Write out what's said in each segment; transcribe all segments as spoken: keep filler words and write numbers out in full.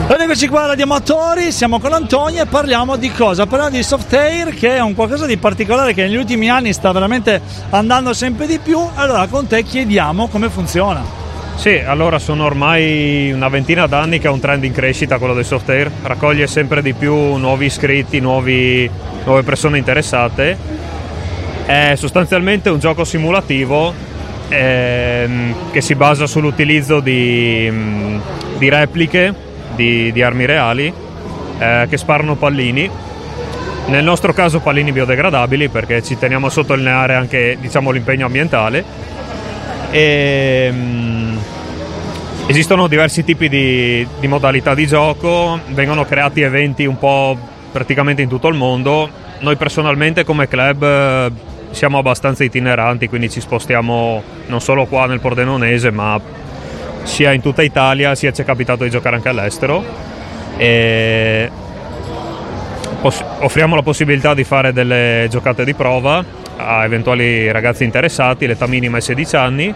Ed eccoci qua a Radio Amatori, siamo con Antonio e parliamo di cosa? Parliamo di Softair, che è un qualcosa di particolare che negli ultimi anni sta veramente andando sempre di più. Allora con te chiediamo come funziona. Sì, allora sono ormai una ventina d'anni che è un trend in crescita quello del Softair, raccoglie sempre di più nuovi iscritti, nuovi, nuove persone interessate. È sostanzialmente un gioco simulativo ehm, che si basa sull'utilizzo di, di repliche Di, di armi reali eh, che sparano pallini, nel nostro caso pallini biodegradabili, perché ci teniamo a sottolineare anche, diciamo, l'impegno ambientale. E, mh, esistono diversi tipi di, di modalità di gioco, vengono creati eventi un po' praticamente in tutto il mondo. Noi personalmente come club eh, siamo abbastanza itineranti, quindi ci spostiamo non solo qua nel Pordenonese ma sia in tutta Italia, sia ci è capitato di giocare anche all'estero, e poss- offriamo la possibilità di fare delle giocate di prova a eventuali ragazzi interessati. L'età minima è sedici anni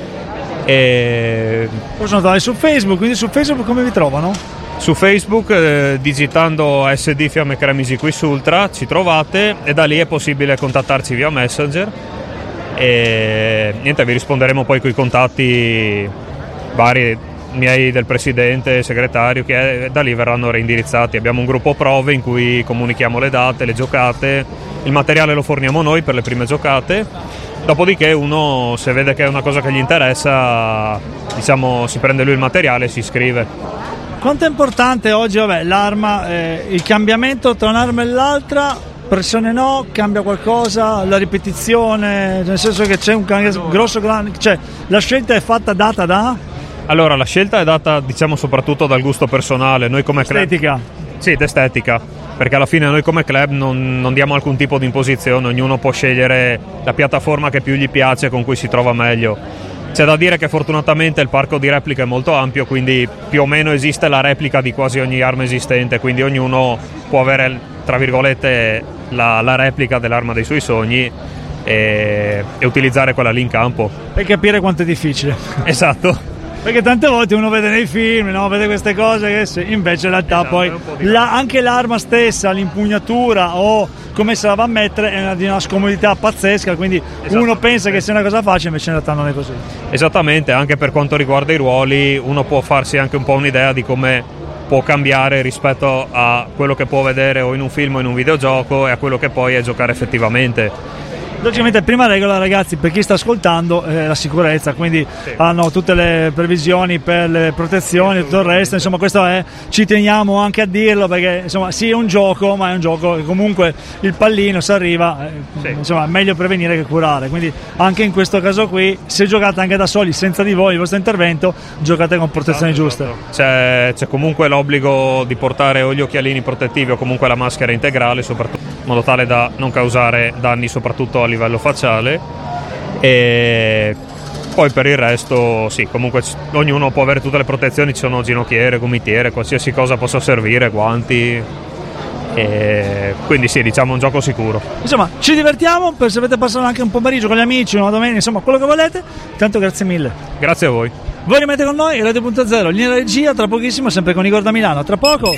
e possono andare su Facebook, quindi su Facebook come vi trovano? Su Facebook eh, digitando S D Fiamme Cremisi Quiz Ultra ci trovate e da lì è possibile contattarci via Messenger e niente, vi risponderemo poi con i contatti vari miei, del presidente, segretario, che è, da lì verranno reindirizzati. Abbiamo un gruppo prove in cui comunichiamo le date, le giocate, il materiale lo forniamo noi per le prime giocate, dopodiché uno, se vede che è una cosa che gli interessa, diciamo, si prende lui il materiale e si iscrive. Quanto è importante oggi, vabbè, l'arma, eh, il cambiamento tra un'arma e l'altra? Pressione no, cambia qualcosa, la ripetizione, nel senso che c'è un allora. grosso grande, cioè la scelta è fatta data da? Allora, la scelta è data, diciamo, soprattutto dal gusto personale. Noi come club... Estetica? Sì, d'estetica, perché alla fine noi come club non, non diamo alcun tipo di imposizione, ognuno può scegliere la piattaforma che più gli piace, con cui si trova meglio. C'è da dire che fortunatamente il parco di repliche è molto ampio, quindi più o meno esiste la replica di quasi ogni arma esistente, quindi ognuno può avere, tra virgolette, la, la replica dell'arma dei suoi sogni e, e utilizzare quella lì in campo. Per capire quanto è difficile. Esatto. Perché tante volte uno vede nei film, no? Vede queste cose che invece in realtà esatto, poi la, anche l'arma stessa, l'impugnatura o come se la va a mettere è una, di una scomodità pazzesca, quindi uno pensa che sia una cosa facile, invece in realtà non è così. Esattamente, anche per quanto riguarda i ruoli uno può farsi anche un po' un'idea di come può cambiare rispetto a quello che può vedere o in un film o in un videogioco e a quello che poi è giocare effettivamente. Logicamente prima regola, ragazzi, per chi sta ascoltando è la sicurezza, quindi sì. Hanno tutte le previsioni per le protezioni e tutto il resto, insomma questo è, ci teniamo anche a dirlo perché insomma sì, è un gioco, ma è un gioco che comunque il pallino se arriva, sì. Insomma è meglio prevenire che curare, quindi anche in questo caso qui, se giocate anche da soli senza di voi il vostro intervento, giocate con protezioni esatto, giuste. Esatto. C'è, c'è comunque l'obbligo di portare o gli occhialini protettivi o comunque la maschera integrale, soprattutto in modo tale da non causare danni soprattutto a livello facciale, e poi per il resto sì, comunque ognuno può avere tutte le protezioni, ci sono ginocchiere, gomitiere, qualsiasi cosa possa servire, guanti, e quindi sì, diciamo un gioco sicuro. Insomma ci divertiamo, per se avete passato anche un pomeriggio con gli amici, una domenica, insomma quello che volete. Tanto grazie mille. Grazie a voi. Voi rimanete con noi, Radio punto zero, linea regia, tra pochissimo sempre con Igor da Milano, tra poco.